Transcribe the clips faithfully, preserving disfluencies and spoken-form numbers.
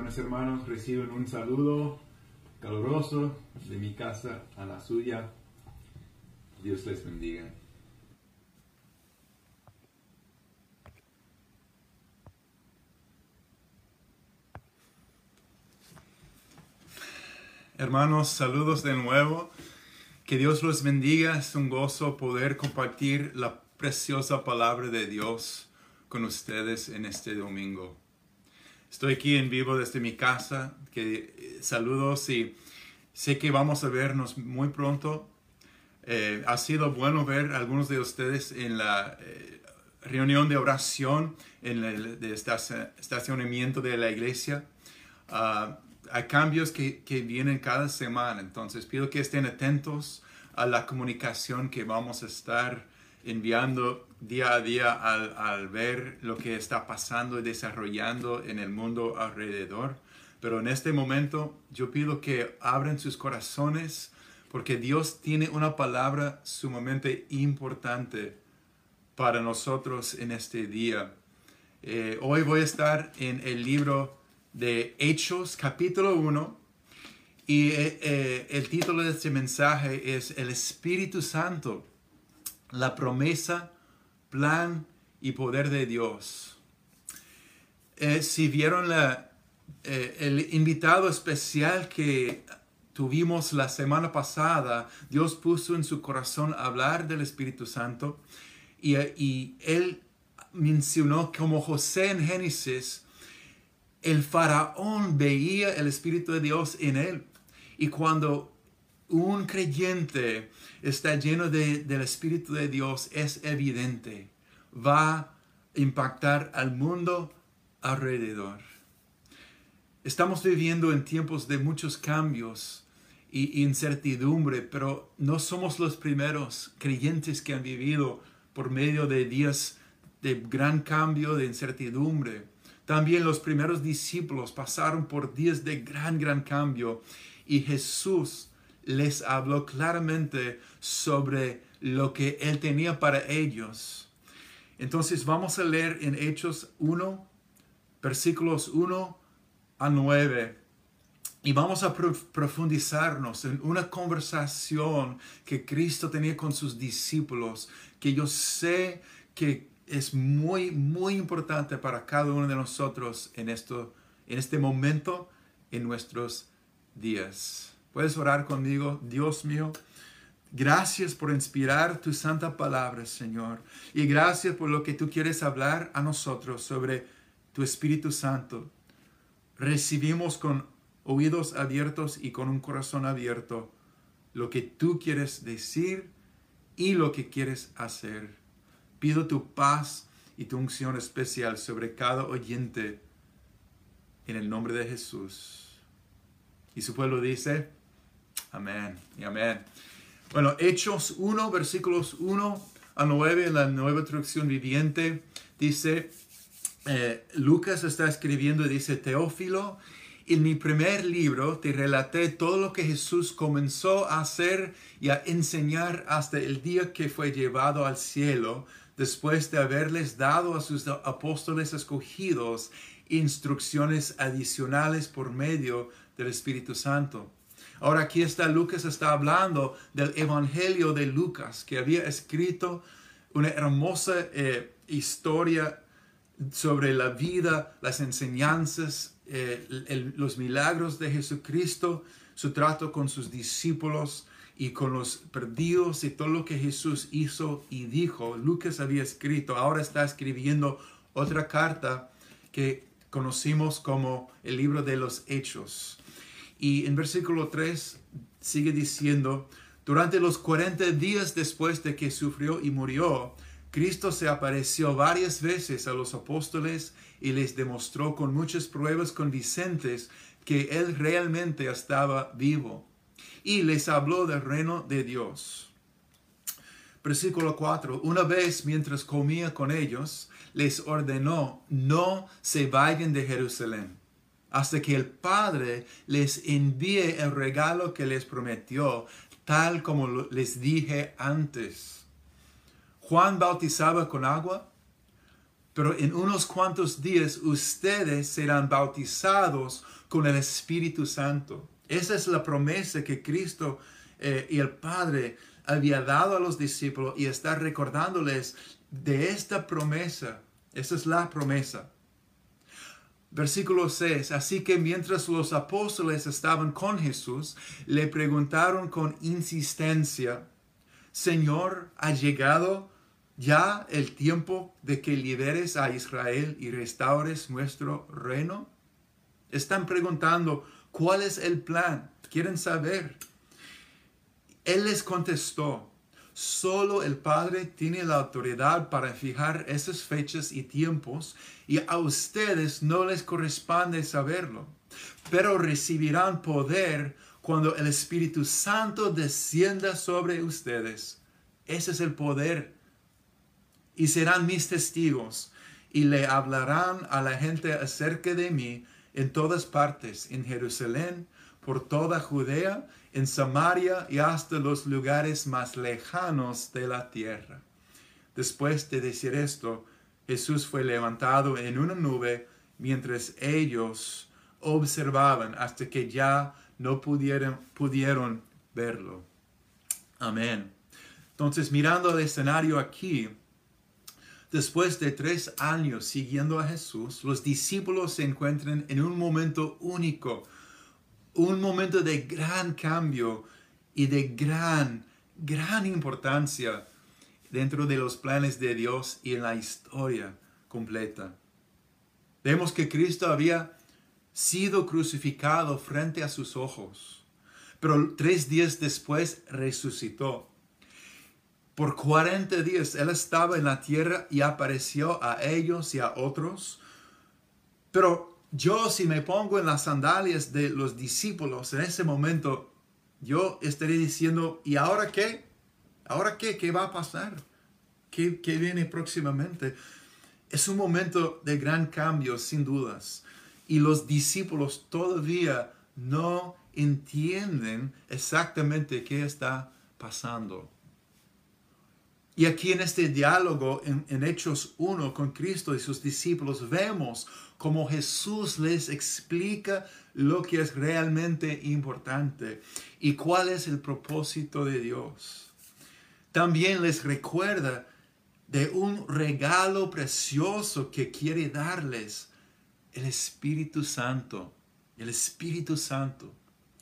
Buenos hermanos, reciben un saludo caluroso de mi casa a la suya. Dios les bendiga. Hermanos, saludos de nuevo. Que Dios los bendiga. Es un gozo poder compartir la preciosa palabra de Dios con ustedes en este domingo. Estoy aquí en vivo desde mi casa. Que, saludos y sé que vamos a vernos muy pronto. Eh, ha sido bueno ver a algunos de ustedes en la eh, reunión de oración, en el de estacionamiento de la iglesia. Uh, hay cambios que, que vienen cada semana, entonces pido que estén atentos a la comunicación que vamos a estar enviando día a día al, al ver lo que está pasando y desarrollando en el mundo alrededor. Pero en este momento yo pido que abran sus corazones porque Dios tiene una palabra sumamente importante para nosotros en este día. Eh, hoy voy a estar en el libro de Hechos, capítulo uno, y eh, eh, el título de este mensaje es El Espíritu Santo, la promesa, plan y poder de Dios. Eh, si vieron la, eh, el invitado especial que tuvimos la semana pasada, Dios puso en su corazón hablar del Espíritu Santo, y, y él mencionó como José en Génesis, el faraón veía el Espíritu de Dios en él. Y cuando un creyente está lleno de, del Espíritu de Dios, es evidente. Va a impactar al mundo alrededor. Estamos viviendo en tiempos de muchos cambios e incertidumbre, pero no somos los primeros creyentes que han vivido por medio de días de gran cambio, de incertidumbre. También los primeros discípulos pasaron por días de gran, gran cambio y Jesús les habló claramente sobre lo que Él tenía para ellos. Entonces vamos a leer en Hechos uno, versículos uno a nueve. Y vamos a profundizarnos en una conversación que Cristo tenía con sus discípulos, que yo sé que es muy, muy importante para cada uno de nosotros en, esto, en este momento, en nuestros días. ¿Puedes orar conmigo? Dios mío, gracias por inspirar tu santa palabra, Señor. Y gracias por lo que tú quieres hablar a nosotros sobre tu Espíritu Santo. Recibimos con oídos abiertos y con un corazón abierto lo que tú quieres decir y lo que quieres hacer. Pido tu paz y tu unción especial sobre cada oyente en el nombre de Jesús. Y su pueblo dice, amén y amén. Bueno, Hechos uno, versículos uno a nueve, en la Nueva Traducción Viviente, dice, eh, Lucas está escribiendo y dice, Teófilo, en mi primer libro te relaté todo lo que Jesús comenzó a hacer y a enseñar hasta el día que fue llevado al cielo, después de haberles dado a sus apóstoles escogidos instrucciones adicionales por medio del Espíritu Santo. Ahora aquí está Lucas, está hablando del Evangelio de Lucas, que había escrito una hermosa eh, historia sobre la vida, las enseñanzas, eh, el, los milagros de Jesucristo, su trato con sus discípulos y con los perdidos y todo lo que Jesús hizo y dijo. Lucas había escrito, ahora está escribiendo otra carta que conocimos como el libro de los Hechos. Y en versículo tres sigue diciendo, durante los cuarenta días después de que sufrió y murió, Cristo se apareció varias veces a los apóstoles y les demostró con muchas pruebas convincentes que Él realmente estaba vivo. Y les habló del reino de Dios. Versículo cuatro. Una vez mientras comía con ellos, les ordenó, no se vayan de Jerusalén, hasta que el Padre les envíe el regalo que les prometió, tal como les dije antes. Juan bautizaba con agua, pero en unos cuantos días ustedes serán bautizados con el Espíritu Santo. Esa es la promesa que Cristo eh, y el Padre había dado a los discípulos y está recordándoles de esta promesa. Esa es la promesa. Versículo seis. Así que mientras los apóstoles estaban con Jesús, le preguntaron con insistencia: Señor, ¿ha llegado ya el tiempo de que liberes a Israel y restaures nuestro reino? Están preguntando, ¿cuál es el plan? Quieren saber. Él les contestó: solo el Padre tiene la autoridad para fijar esas fechas y tiempos, y a ustedes no les corresponde saberlo. Pero recibirán poder cuando el Espíritu Santo descienda sobre ustedes. Ese es el poder. Y serán mis testigos, y le hablarán a la gente acerca de mí en todas partes, en Jerusalén, por toda Judea, en Samaria y hasta los lugares más lejanos de la tierra. Después de decir esto, Jesús fue levantado en una nube mientras ellos observaban hasta que ya no pudieron, pudieron verlo. Amén. Entonces, mirando el escenario aquí, después de tres años siguiendo a Jesús, los discípulos se encuentran en un momento único, un momento de gran cambio y de gran, gran importancia dentro de los planes de Dios y en la historia completa. Vemos que Cristo había sido crucificado frente a sus ojos, pero tres días después resucitó. Por cuarenta días Él estaba en la tierra y apareció a ellos y a otros. Pero yo, si me pongo en las sandalias de los discípulos en ese momento, yo estaré diciendo, ¿y ahora qué? ¿Ahora qué? ¿Qué va a pasar? ¿Qué, qué viene próximamente? Es un momento de gran cambio, sin dudas. Y los discípulos todavía no entienden exactamente qué está pasando. Y aquí en este diálogo en, en Hechos uno con Cristo y sus discípulos vemos cómo Jesús les explica lo que es realmente importante y cuál es el propósito de Dios. También les recuerda de un regalo precioso que quiere darles, el Espíritu Santo, el Espíritu Santo.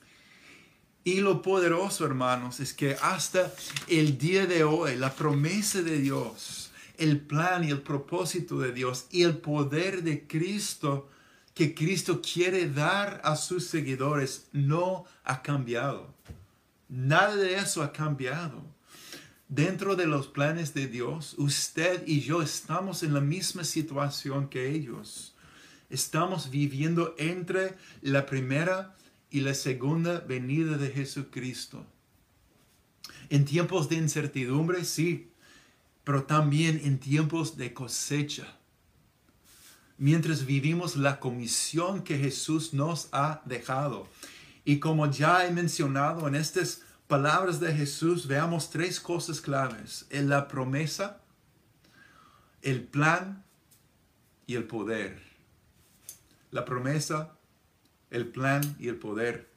Y lo poderoso, hermanos, es que hasta el día de hoy, la promesa de Dios, el plan y el propósito de Dios y el poder de Cristo que Cristo quiere dar a sus seguidores no ha cambiado. Nada de eso ha cambiado. Dentro de los planes de Dios, usted y yo estamos en la misma situación que ellos. Estamos viviendo entre la primera y la segunda venida de Jesucristo. En tiempos de incertidumbre, sí, pero también en tiempos de cosecha. Mientras vivimos la comisión que Jesús nos ha dejado. Y como ya he mencionado en estas palabras de Jesús, veamos tres cosas claves: en la promesa, el plan y el poder. La promesa, el plan y el poder.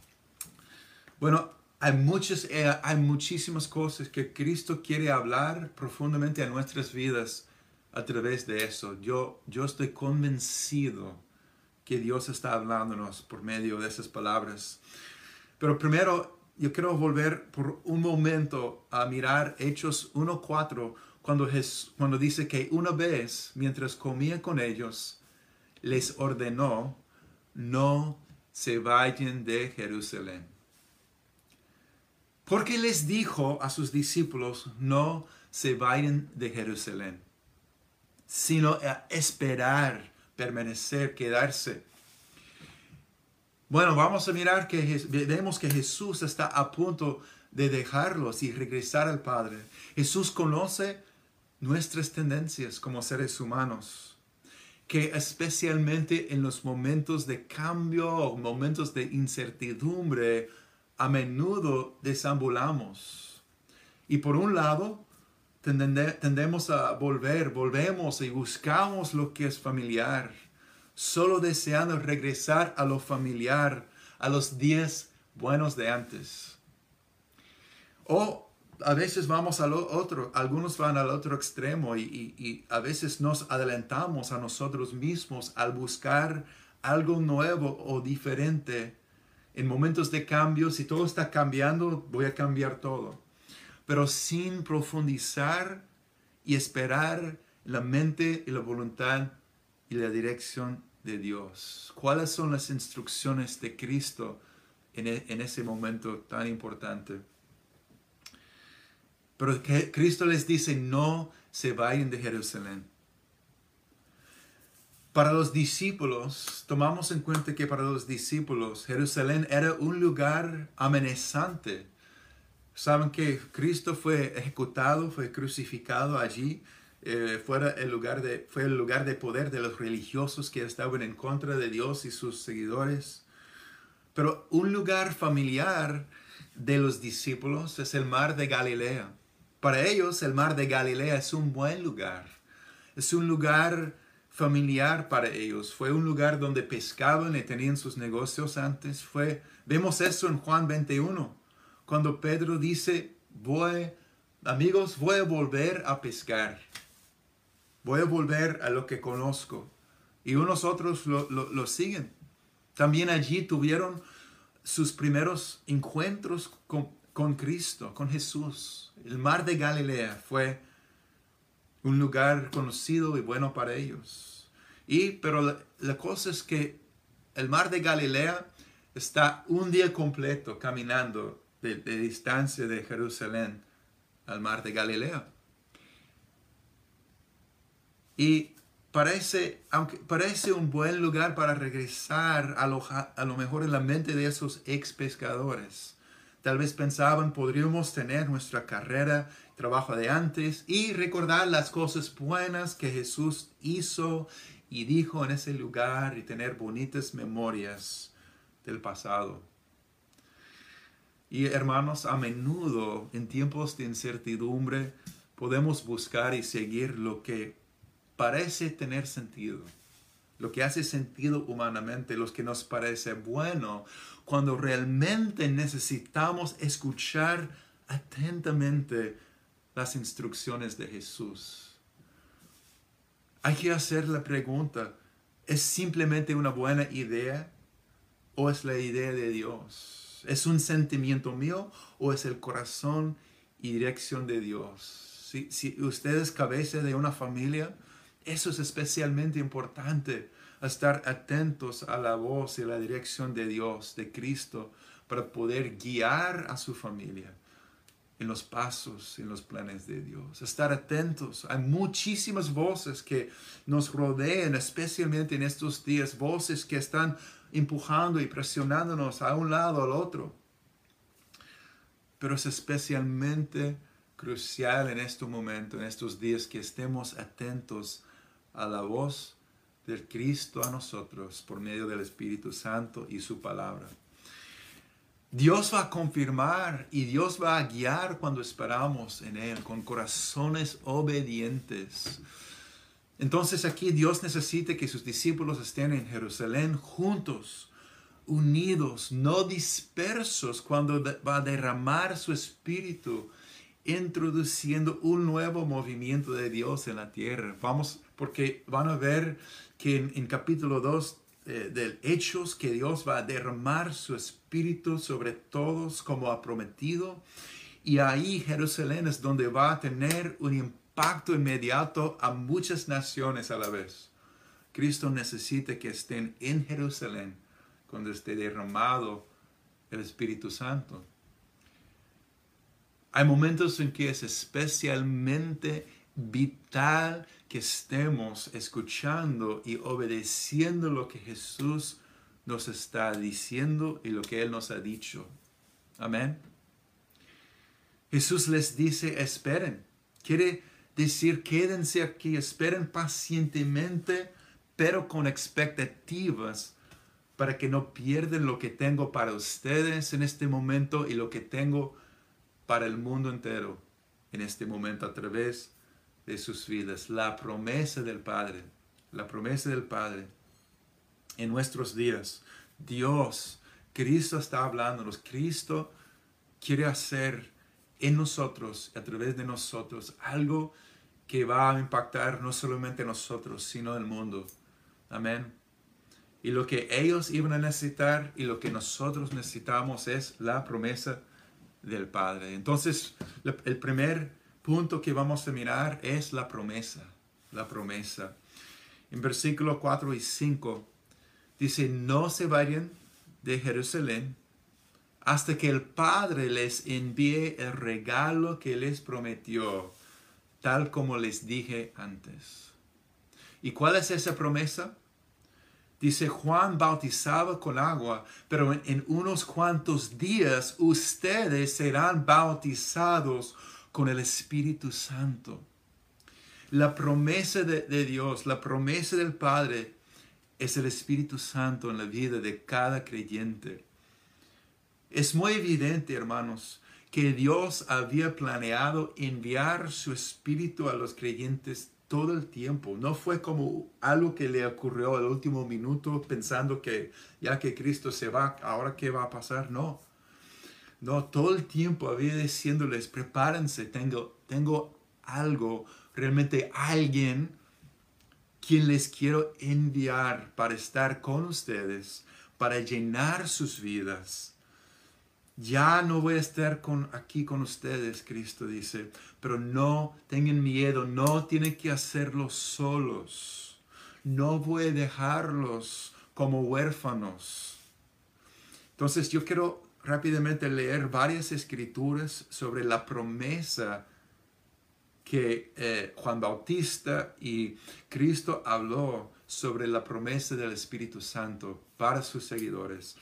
Bueno, hay muchas, eh, hay muchísimas cosas que Cristo quiere hablar profundamente a nuestras vidas a través de eso. Yo, yo estoy convencido que Dios está hablándonos por medio de esas palabras. Pero primero, yo quiero volver por un momento a mirar Hechos uno cuatro, cuando, cuando dice que una vez, mientras comía con ellos, les ordenó: no se vayan de Jerusalén. ¿Por qué les dijo a sus discípulos no se vayan de Jerusalén? Sino a esperar, permanecer, quedarse. Bueno, vamos a mirar que vemos que Jesús está a punto de dejarlos y regresar al Padre. Jesús conoce nuestras tendencias como seres humanos, que especialmente en los momentos de cambio o momentos de incertidumbre, a menudo desambulamos. Y por un lado, tendende- tendemos a volver, volvemos y buscamos lo que es familiar, solo deseando regresar a lo familiar, a los días buenos de antes. O a veces vamos al otro, algunos van al otro extremo y, y, y a veces nos adelantamos a nosotros mismos al buscar algo nuevo o diferente. En momentos de cambio, si todo está cambiando, voy a cambiar todo. Pero sin profundizar y esperar la mente y la voluntad y la dirección de Dios. ¿Cuáles son las instrucciones de Cristo en, e, en ese momento tan importante? Pero que Cristo les dice, no se vayan de Jerusalén. Para los discípulos, tomamos en cuenta que para los discípulos, Jerusalén era un lugar amenazante. Saben que Cristo fue ejecutado, fue crucificado allí. Eh, fuera el lugar de, fue el lugar de poder de los religiosos que estaban en contra de Dios y sus seguidores. Pero un lugar familiar de los discípulos es el mar de Galilea. Para ellos el mar de Galilea es un buen lugar. Es un lugar familiar para ellos. Fue un lugar donde pescaban y tenían sus negocios antes. Fue, vemos eso en Juan veintiuno, cuando Pedro dice, voy, amigos, voy a volver a pescar. Voy a volver a lo que conozco. Y unos otros lo, lo, lo siguen. También allí tuvieron sus primeros encuentros con, con Cristo, con Jesús. El mar de Galilea fue un lugar conocido y bueno para ellos. Y, pero la, la cosa es que el mar de Galilea está un día completo caminando de, de distancia de Jerusalén al mar de Galilea. Y parece, aunque parece un buen lugar para regresar a lo, a lo mejor en la mente de esos ex pescadores. Tal vez pensaban, podríamos tener nuestra carrera, trabajo de antes y recordar las cosas buenas que Jesús hizo y dijo en ese lugar y tener bonitas memorias del pasado. Y hermanos, a menudo en tiempos de incertidumbre podemos buscar y seguir lo que parece tener sentido, lo que hace sentido humanamente, lo que nos parece bueno, cuando realmente necesitamos escuchar atentamente las instrucciones de Jesús. Hay que hacer la pregunta, ¿es simplemente una buena idea o es la idea de Dios? ¿Es un sentimiento mío o es el corazón y dirección de Dios? Si, si usted es cabeza de una familia, eso es especialmente importante, estar atentos a la voz y la dirección de Dios, de Cristo, para poder guiar a su familia en los pasos, en los planes de Dios. Estar atentos. Hay muchísimas voces que nos rodean, especialmente en estos días, voces que están empujando y presionándonos a un lado o al otro. Pero es especialmente crucial en este momento, en estos días, que estemos atentos a la voz del Cristo a nosotros por medio del Espíritu Santo y su palabra. Dios va a confirmar y Dios va a guiar cuando esperamos en Él, con corazones obedientes. Entonces aquí Dios necesita que sus discípulos estén en Jerusalén juntos, unidos, no dispersos, cuando va a derramar su Espíritu, introduciendo un nuevo movimiento de Dios en la tierra. Vamos, porque van a ver que en, en capítulo dos eh, del Hechos, que Dios va a derramar su Espíritu sobre todos como ha prometido. Y ahí Jerusalén es donde va a tener un impacto inmediato a muchas naciones a la vez. Cristo necesita que estén en Jerusalén cuando esté derramado el Espíritu Santo. Hay momentos en que es especialmente vital que estemos escuchando y obedeciendo lo que Jesús nos está diciendo y lo que Él nos ha dicho. Amén. Jesús les dice, esperen. Quiere decir, quédense aquí, esperen pacientemente, pero con expectativas, para que no pierdan lo que tengo para ustedes en este momento y lo que tengo para el mundo entero. en este momento a través de sus vidas. La promesa del Padre, la promesa del Padre. En nuestros días, Dios, Cristo está hablándonos. Cristo quiere hacer en nosotros, a través de nosotros, algo que va a impactar no solamente a nosotros, sino el mundo. Amén. Y lo que ellos iban a necesitar y lo que nosotros necesitamos es la promesa del Padre. Entonces, el primer punto que vamos a mirar es la promesa. La promesa. En versículos cuatro y cinco dice, no se vayan de Jerusalén hasta que el Padre les envíe el regalo que les prometió, tal como les dije antes. ¿Y cuál es esa promesa? Dice, Juan bautizaba con agua, pero en, en unos cuantos días ustedes serán bautizados con el Espíritu Santo. La promesa de, de Dios, la promesa del Padre es el Espíritu Santo en la vida de cada creyente. Es muy evidente, hermanos, que Dios había planeado enviar su Espíritu a los creyentes todo el tiempo. No fue como algo que le ocurrió al último minuto pensando que ya que Cristo se va, ¿ahora qué va a pasar? No. No, todo el tiempo había diciéndoles, prepárense, tengo, tengo algo, realmente alguien quien les quiero enviar para estar con ustedes, para llenar sus vidas. Ya no voy a estar con, aquí con ustedes, Cristo dice, pero no tengan miedo, no tienen que hacerlo solos. No voy a dejarlos como huérfanos. Entonces yo quiero rápidamente leer varias escrituras sobre la promesa que eh, Juan Bautista y Cristo habló sobre la promesa del Espíritu Santo para sus seguidores.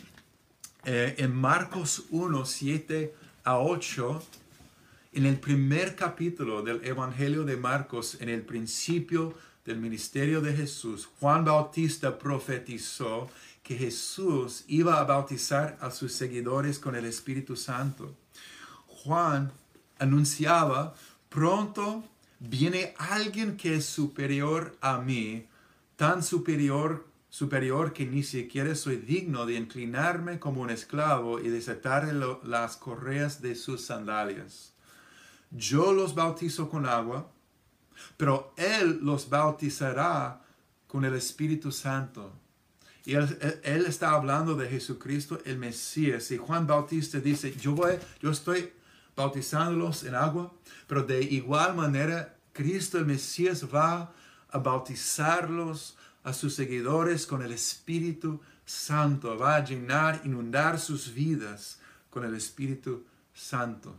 Eh, en Marcos uno, siete a ocho, en el primer capítulo del Evangelio de Marcos, en el principio del ministerio de Jesús, Juan Bautista profetizó que Jesús iba a bautizar a sus seguidores con el Espíritu Santo. Juan anunciaba, pronto viene alguien que es superior a mí, tan superior superior que ni siquiera soy digno de inclinarme como un esclavo y desatar las correas de sus sandalias. Yo los bautizo con agua, pero Él los bautizará con el Espíritu Santo. Y Él, él está hablando de Jesucristo, el Mesías. Y Juan Bautista dice, yo, voy, yo estoy bautizándolos en agua, pero de igual manera Cristo, el Mesías, va a bautizarlos a sus seguidores con el Espíritu Santo. Va a llenar, inundar sus vidas con el Espíritu Santo.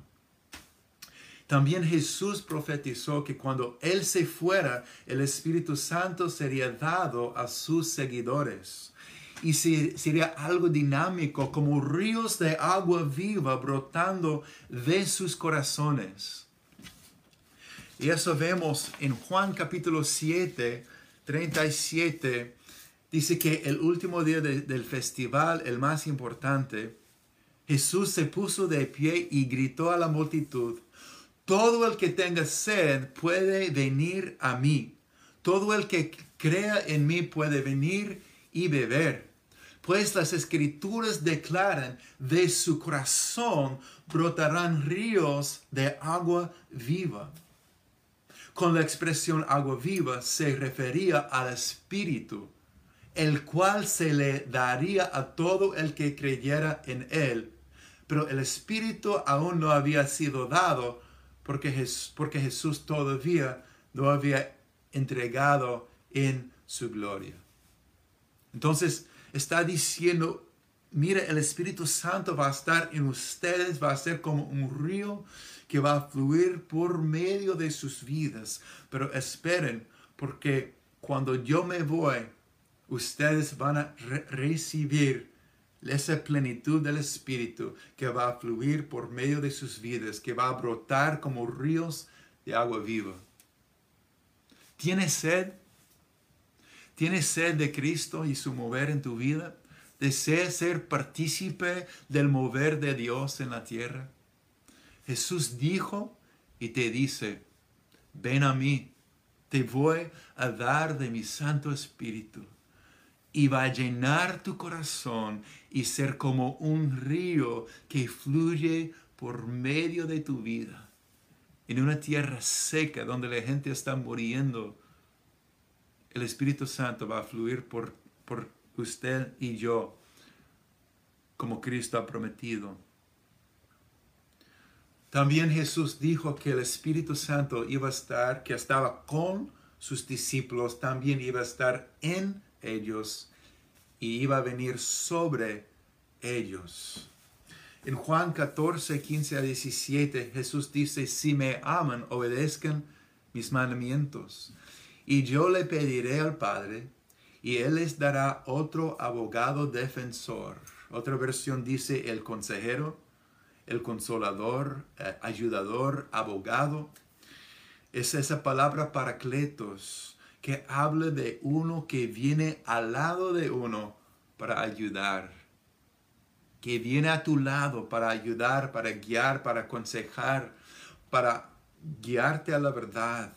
También Jesús profetizó que cuando Él se fuera, el Espíritu Santo sería dado a sus seguidores. Y sería algo dinámico, como ríos de agua viva brotando de sus corazones. Y eso vemos en Juan capítulo siete, treinta y siete, dice que el último día de, del festival, el más importante, Jesús se puso de pie y gritó a la multitud, todo el que tenga sed puede venir a mí. Todo el que crea en mí puede venir y beber. Pues las Escrituras declaran, de su corazón brotarán ríos de agua viva. Con la expresión agua viva se refería al Espíritu, el cual se le daría a todo el que creyera en Él. Pero el Espíritu aún no había sido dado porque Jesús, porque Jesús todavía no había entregado en su gloria. Entonces está diciendo, mira, el Espíritu Santo va a estar en ustedes, va a ser como un río que va a fluir por medio de sus vidas. Pero esperen, porque cuando yo me voy, ustedes van a re recibir esa plenitud del Espíritu que va a fluir por medio de sus vidas, que va a brotar como ríos de agua viva. ¿Tienes sed? ¿Tienes sed de Cristo y su mover en tu vida? ¿Deseas ser partícipe del mover de Dios en la tierra? Jesús dijo y te dice, ven a mí, te voy a dar de mi Santo Espíritu y va a llenar tu corazón y ser como un río que fluye por medio de tu vida. En una tierra seca donde la gente está muriendo, el Espíritu Santo va a fluir por, por usted y yo, como Cristo ha prometido. También Jesús dijo que el Espíritu Santo iba a estar, que estaba con sus discípulos, también iba a estar en ellos y iba a venir sobre ellos. En Juan catorce, quince a diecisiete, Jesús dice, si me aman, obedezcan mis mandamientos. Y yo le pediré al Padre, y Él les dará otro abogado defensor. Otra versión dice el consejero, el consolador, eh, ayudador, abogado. Es esa palabra paracletos, que habla de uno que viene al lado de uno para ayudar. Que viene a tu lado para ayudar, para guiar, para aconsejar, para guiarte a la verdad.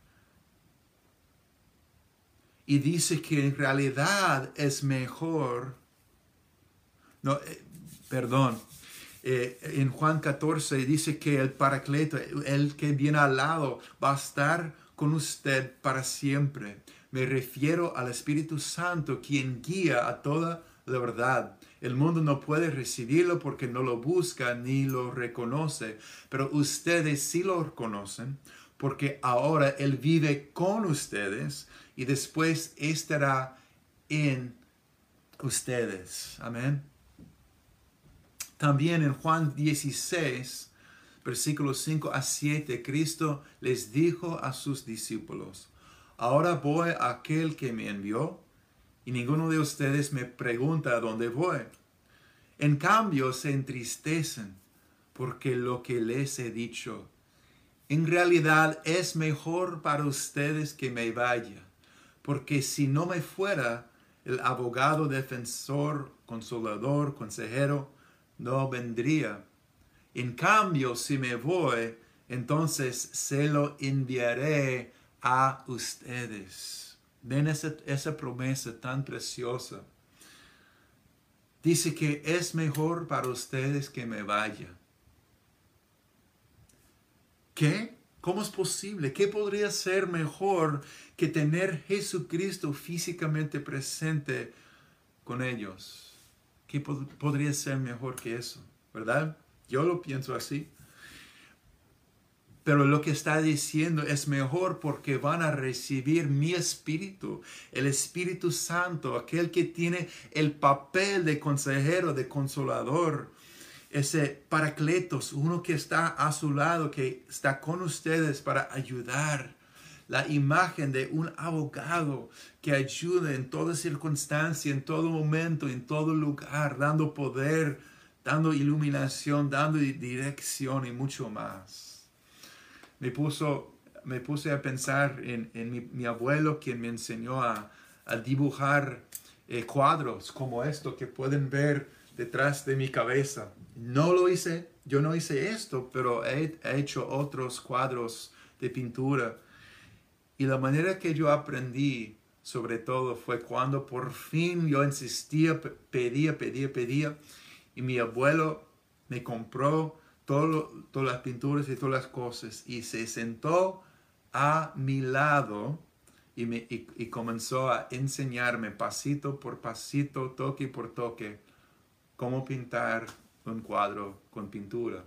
Y dice que en realidad es mejor, no, eh, perdón, eh, en Juan catorce dice que el Paracleto, el que viene al lado, va a estar con usted para siempre. Me refiero al Espíritu Santo, quien guía a toda la verdad. El mundo no puede recibirlo porque no lo busca ni lo reconoce, pero ustedes sí lo conocen porque ahora Él vive con ustedes y después estará en ustedes. Amén. También en Juan dieciséis, versículos cinco a siete, Cristo les dijo a sus discípulos, ahora voy a aquel que me envió, y ninguno de ustedes me pregunta a dónde voy. En cambio, se entristecen porque lo que les he dicho. En realidad es mejor para ustedes que me vaya, porque si no me fuera, el abogado, defensor, consolador, consejero, no vendría. En cambio, si me voy, entonces se lo enviaré a ustedes. Ven esa, esa promesa tan preciosa. Dice que es mejor para ustedes que me vaya. ¿Qué? ¿Cómo es posible? ¿Qué podría ser mejor que tener Jesucristo físicamente presente con ellos? ¿Qué pod- podría ser mejor que eso? ¿Verdad? Yo lo pienso así. Pero lo que está diciendo es mejor porque van a recibir mi Espíritu, el Espíritu Santo, aquel que tiene el papel de consejero, de consolador, ese Paracletos, uno que está a su lado, que está con ustedes para ayudar. La imagen de un abogado que ayuda en toda circunstancia, en todo momento, en todo lugar, dando poder, dando iluminación, dando dirección y mucho más. Me, puso, me puse a pensar en, en mi, mi abuelo, quien me enseñó a, a dibujar eh, cuadros como esto que pueden ver detrás de mi cabeza. No lo hice, yo no hice esto, pero he, he hecho otros cuadros de pintura. Y la manera que yo aprendí, sobre todo, fue cuando por fin yo insistía, pedía, pedía, pedía, y mi abuelo me compró todo, todas las pinturas y todas las cosas, y se sentó a mi lado y, me, y, y comenzó a enseñarme pasito por pasito, toque por toque, cómo pintar un cuadro con pintura.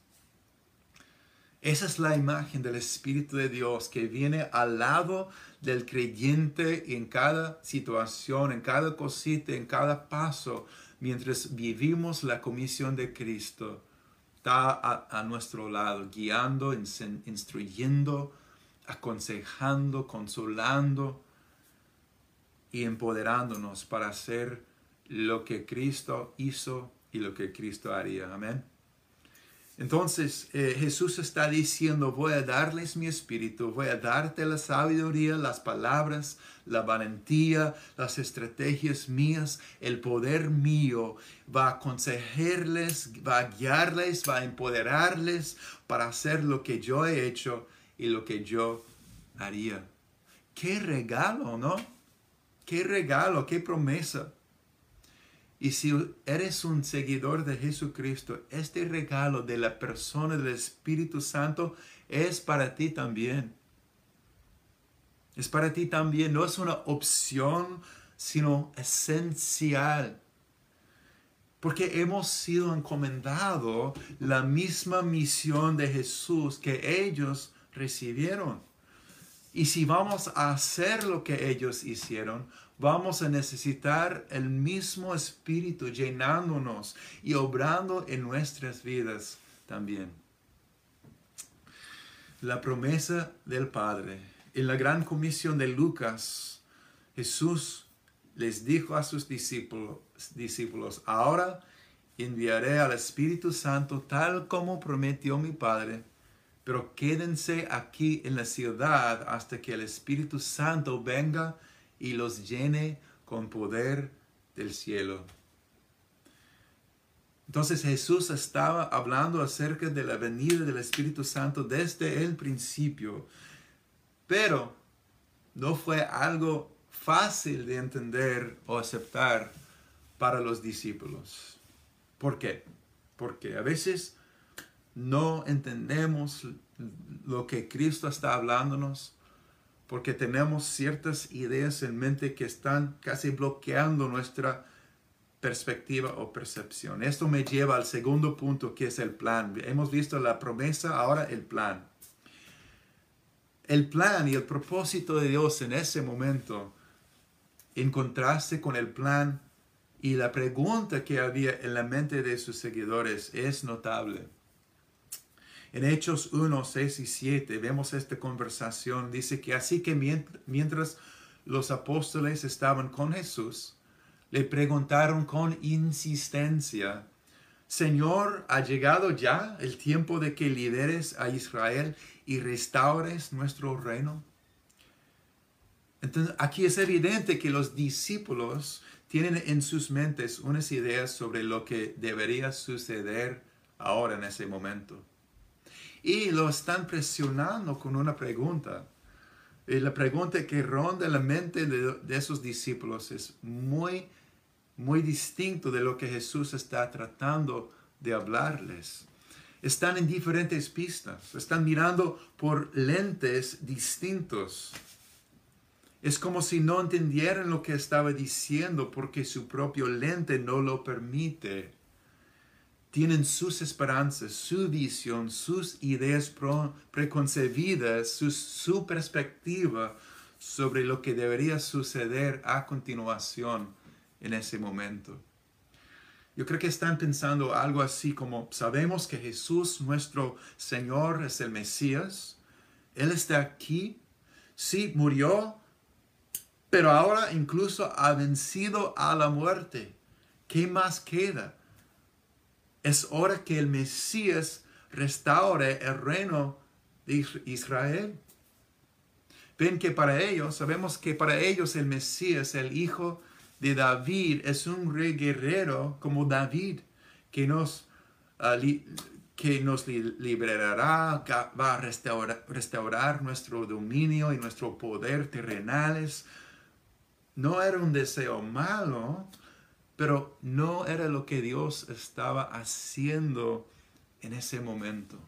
Esa es la imagen del Espíritu de Dios que viene al lado del creyente en cada situación, en cada cosita, en cada paso, mientras vivimos la comisión de Cristo. Está a, a nuestro lado, guiando, instruyendo, aconsejando, consolando y empoderándonos para hacer lo que Cristo hizo y lo que Cristo haría. Amén. Entonces eh, Jesús está diciendo, voy a darles mi espíritu, voy a darte la sabiduría, las palabras, la valentía, las estrategias mías, el poder mío va a aconsejarles, va a guiarles, va a empoderarles para hacer lo que yo he hecho y lo que yo haría. ¡Qué regalo!, ¿no? ¡Qué regalo! ¡Qué promesa! Y si eres un seguidor de Jesucristo, este regalo de la persona del Espíritu Santo es para ti también. Es para ti también. No es una opción, sino esencial. Porque hemos sido encomendados la misma misión de Jesús que ellos recibieron. Y si vamos a hacer lo que ellos hicieron, vamos a necesitar el mismo Espíritu llenándonos y obrando en nuestras vidas también. La promesa del Padre. En la gran comisión de Lucas, Jesús les dijo a sus discípulos, discípulos, ahora enviaré al Espíritu Santo tal como prometió mi Padre, pero quédense aquí en la ciudad hasta que el Espíritu Santo venga y los llene con poder del cielo. Entonces Jesús estaba hablando acerca de la venida del Espíritu Santo desde el principio, pero no fue algo fácil de entender o aceptar para los discípulos. ¿Por qué? Porque a veces no entendemos lo que Cristo está hablándonos, porque tenemos ciertas ideas en mente que están casi bloqueando nuestra perspectiva o percepción. Esto me lleva al segundo punto, que es el plan. Hemos visto la promesa, ahora el plan. El plan y el propósito de Dios en ese momento, en contraste con el plan y la pregunta que había en la mente de sus seguidores, es notable. En Hechos uno, seis y siete vemos esta conversación. Dice que así que mientras los apóstoles estaban con Jesús, le preguntaron con insistencia, Señor, ¿ha llegado ya el tiempo de que lideres a Israel y restaures nuestro reino? Entonces, aquí es evidente que los discípulos tienen en sus mentes unas ideas sobre lo que debería suceder ahora en ese momento. Y lo están presionando con una pregunta. Y la pregunta que ronda la mente de, de esos discípulos es muy, muy distinto de lo que Jesús está tratando de hablarles. Están en diferentes pistas. Están mirando por lentes distintos. Es como si no entendieran lo que estaba diciendo porque su propio lente no lo permite. Tienen sus esperanzas, su visión, sus ideas preconcebidas, su, su perspectiva sobre lo que debería suceder a continuación en ese momento. Yo creo que están pensando algo así como, sabemos que Jesús, nuestro Señor, es el Mesías. Él está aquí, sí, murió, pero ahora incluso ha vencido a la muerte. ¿Qué más queda? Es hora que el Mesías restaure el reino de Israel. Ven que para ellos, sabemos que para ellos el Mesías, el hijo de David, es un rey guerrero como David, que nos, uh, li, que nos li, liberará, va a restaurar, restaurar nuestro dominio y nuestro poder terrenales. No era un deseo malo, pero no era lo que Dios estaba haciendo en ese momento.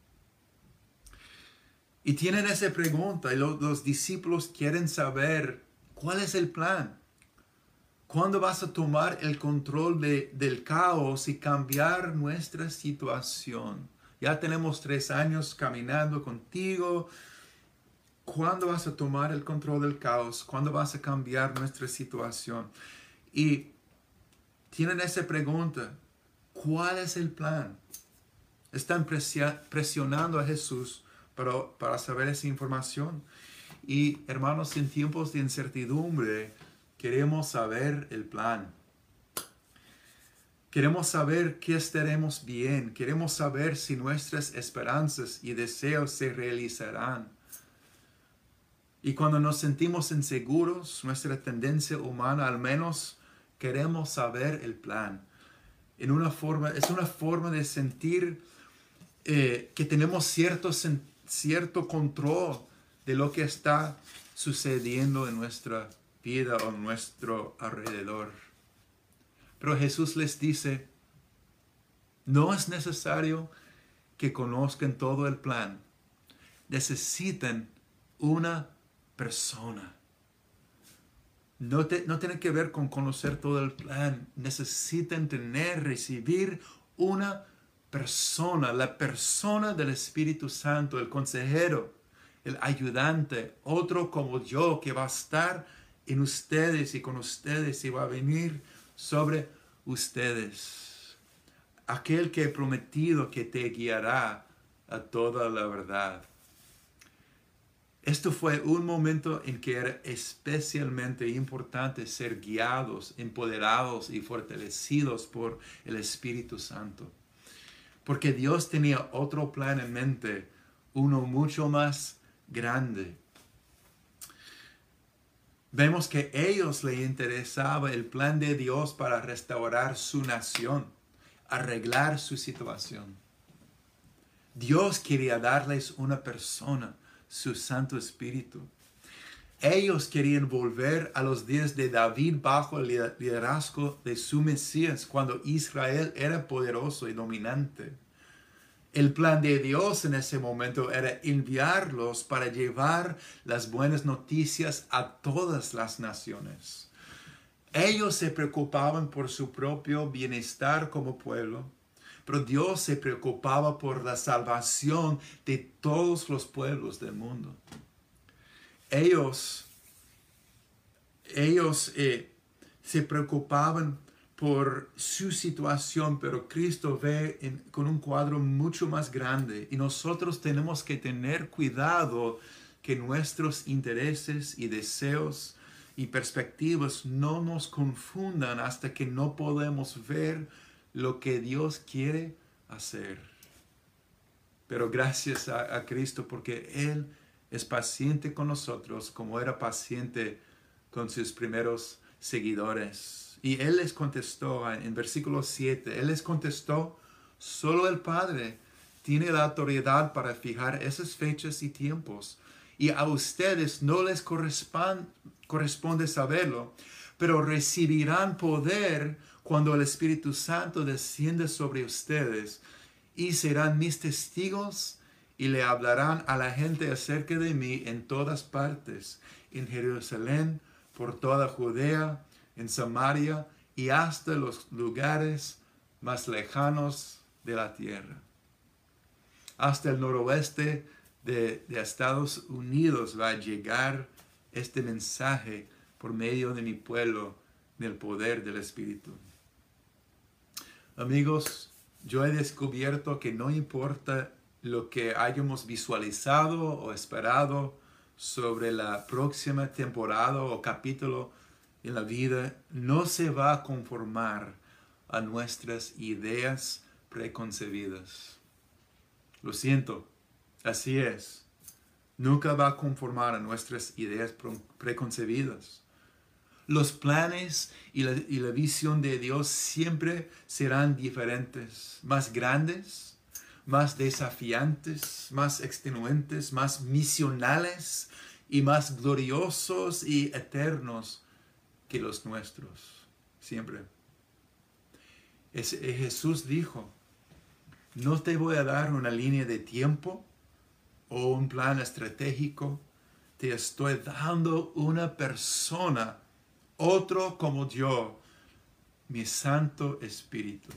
Y tienen esa pregunta y los, los discípulos quieren saber cuál es el plan. ¿Cuándo vas a tomar el control de, del caos y cambiar nuestra situación? Ya tenemos tres años caminando contigo. ¿Cuándo vas a tomar el control del caos? ¿Cuándo vas a cambiar nuestra situación? Y tienen esa pregunta, ¿cuál es el plan? Están presionando a Jesús para, para saber esa información. Y hermanos, en tiempos de incertidumbre, queremos saber el plan. Queremos saber que estaremos bien. Queremos saber si nuestras esperanzas y deseos se realizarán. Y cuando nos sentimos inseguros, nuestra tendencia humana, al menos queremos saber el plan. En una forma, es una forma de sentir eh, que tenemos cierto, cierto control de lo que está sucediendo en nuestra vida o en nuestro alrededor. Pero Jesús les dice, no es necesario que conozcan todo el plan. Necesitan una persona. No, te, no tiene que ver con conocer todo el plan. Necesitan tener, recibir una persona, la persona del Espíritu Santo, el consejero, el ayudante, otro como yo que va a estar en ustedes y con ustedes y va a venir sobre ustedes. Aquel que he prometido que te guiará a toda la verdad. Esto fue un momento en que era especialmente importante ser guiados, empoderados y fortalecidos por el Espíritu Santo. Porque Dios tenía otro plan en mente, uno mucho más grande. Vemos que a ellos les interesaba el plan de Dios para restaurar su nación, arreglar su situación. Dios quería darles una persona, su Santo Espíritu. Ellos querían volver a los días de David bajo el liderazgo de su Mesías, cuando Israel era poderoso y dominante. El plan de Dios en ese momento era enviarlos para llevar las buenas noticias a todas las naciones. Ellos se preocupaban por su propio bienestar como pueblo, pero Dios se preocupaba por la salvación de todos los pueblos del mundo. Ellos, ellos eh, se preocupaban por su situación, pero Cristo ve en, con un cuadro mucho más grande. Y nosotros tenemos que tener cuidado que nuestros intereses y deseos y perspectivas no nos confundan hasta que no podemos ver lo que Dios quiere hacer. Pero gracias a, a Cristo, porque Él es paciente con nosotros como era paciente con sus primeros seguidores. Y Él les contestó en versículo siete, Él les contestó, solo el Padre tiene la autoridad para fijar esas fechas y tiempos. Y a ustedes no les corresponde, corresponde saberlo, pero recibirán poder cuando el Espíritu Santo descienda sobre ustedes, y serán mis testigos y le hablarán a la gente acerca de mí en todas partes, en Jerusalén, por toda Judea, en Samaria y hasta los lugares más lejanos de la tierra. Hasta el noroeste de, de Estados Unidos va a llegar este mensaje por medio de mi pueblo, del poder del Espíritu. Amigos, yo he descubierto que no importa lo que hayamos visualizado o esperado sobre la próxima temporada o capítulo en la vida, no se va a conformar a nuestras ideas preconcebidas. Lo siento, así es. Nunca va a conformar a nuestras ideas preconcebidas. Los planes y la, y la visión de Dios siempre serán diferentes, más grandes, más desafiantes, más extenuantes, más misionales y más gloriosos y eternos que los nuestros, siempre. Es, Jesús dijo, no te voy a dar una línea de tiempo o un plan estratégico, te estoy dando una persona, otro como yo, mi Santo Espíritu.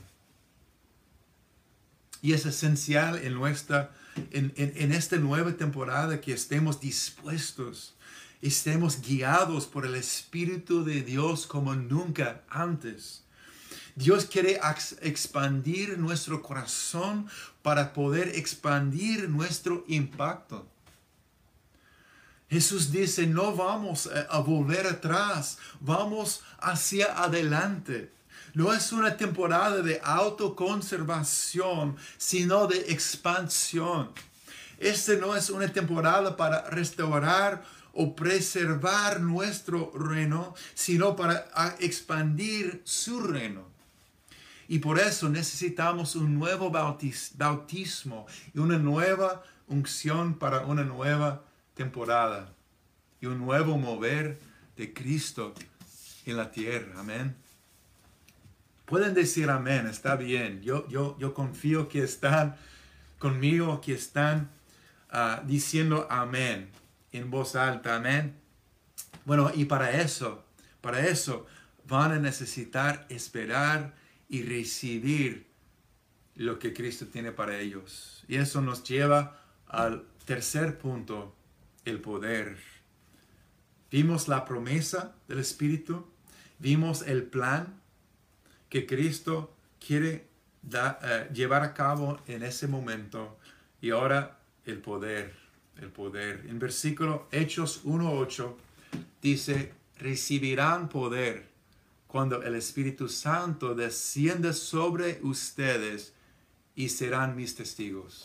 Y es esencial en, nuestra, en, en, en esta nueva temporada que estemos dispuestos, estemos guiados por el Espíritu de Dios como nunca antes. Dios quiere expandir nuestro corazón para poder expandir nuestro impacto. Jesús dice, no vamos a volver atrás, vamos hacia adelante. No es una temporada de autoconservación, sino de expansión. Esta no es una temporada para restaurar o preservar nuestro reino, sino para expandir su reino. Y por eso necesitamos un nuevo bautismo y una nueva unción para una nueva temporada. Y un nuevo mover de Cristo en la tierra. Amén. Pueden decir amén, está bien. Yo, yo, yo confío que están conmigo, que están uh, diciendo amén en voz alta. Amén. Bueno, y para eso, para eso van a necesitar esperar y recibir lo que Cristo tiene para ellos. Y eso nos lleva al tercer punto, el poder. Vimos la promesa del Espíritu, vimos el plan que Cristo quiere da, uh, llevar a cabo en ese momento, y ahora el poder, el poder. En versículo Hechos uno ocho dice, recibirán poder cuando el Espíritu Santo descienda sobre ustedes y serán mis testigos.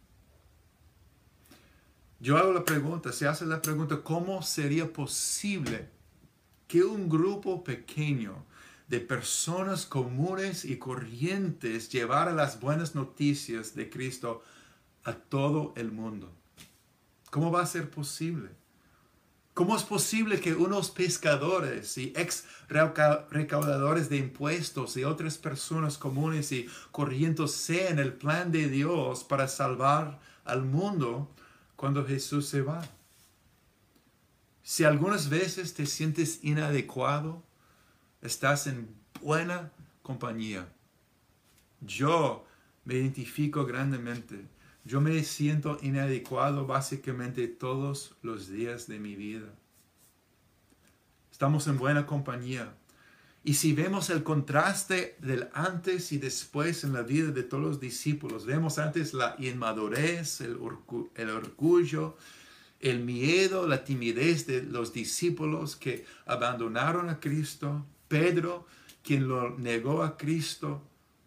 Yo hago la pregunta, se hace la pregunta, ¿cómo sería posible que un grupo pequeño de personas comunes y corrientes llevara las buenas noticias de Cristo a todo el mundo? ¿Cómo va a ser posible? ¿Cómo es posible que unos pescadores y ex recaudadores de impuestos y otras personas comunes y corrientes sean el plan de Dios para salvar al mundo cuando Jesús se va? Si algunas veces te sientes inadecuado, estás en buena compañía. Yo me identifico grandemente. Yo me siento inadecuado básicamente todos los días de mi vida. Estamos en buena compañía. Y si vemos el contraste del antes y después en la vida de todos los discípulos, vemos antes la inmadurez, el, orgu- el orgullo, el miedo, la timidez de los discípulos que abandonaron a Cristo, Pedro, quien lo negó a Cristo.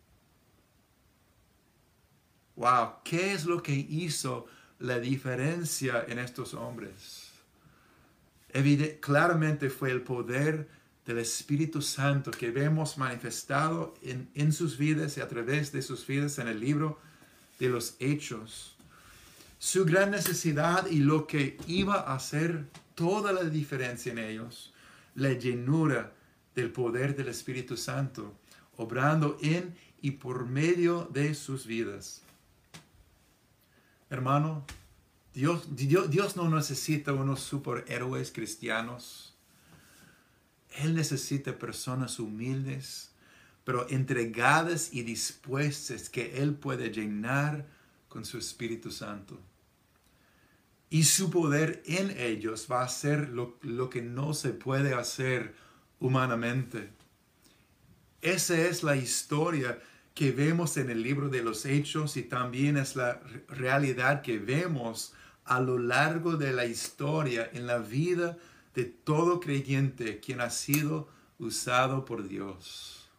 Wow, ¿qué es lo que hizo la diferencia en estos hombres? Evidente, claramente fue el poder del Espíritu Santo que vemos manifestado en, en sus vidas y a través de sus vidas en el libro de los Hechos. Su gran necesidad y lo que iba a hacer toda la diferencia en ellos, la llenura del poder del Espíritu Santo, obrando en y por medio de sus vidas. Hermano, Dios, Dios, Dios no necesita unos superhéroes cristianos. Él necesita personas humildes, pero entregadas y dispuestas que Él puede llenar con su Espíritu Santo. Y su poder en ellos va a hacer lo, lo que no se puede hacer humanamente. Esa es la historia que vemos en el libro de los Hechos y también es la realidad que vemos a lo largo de la historia en la vida de todo creyente quien ha sido usado por Dios.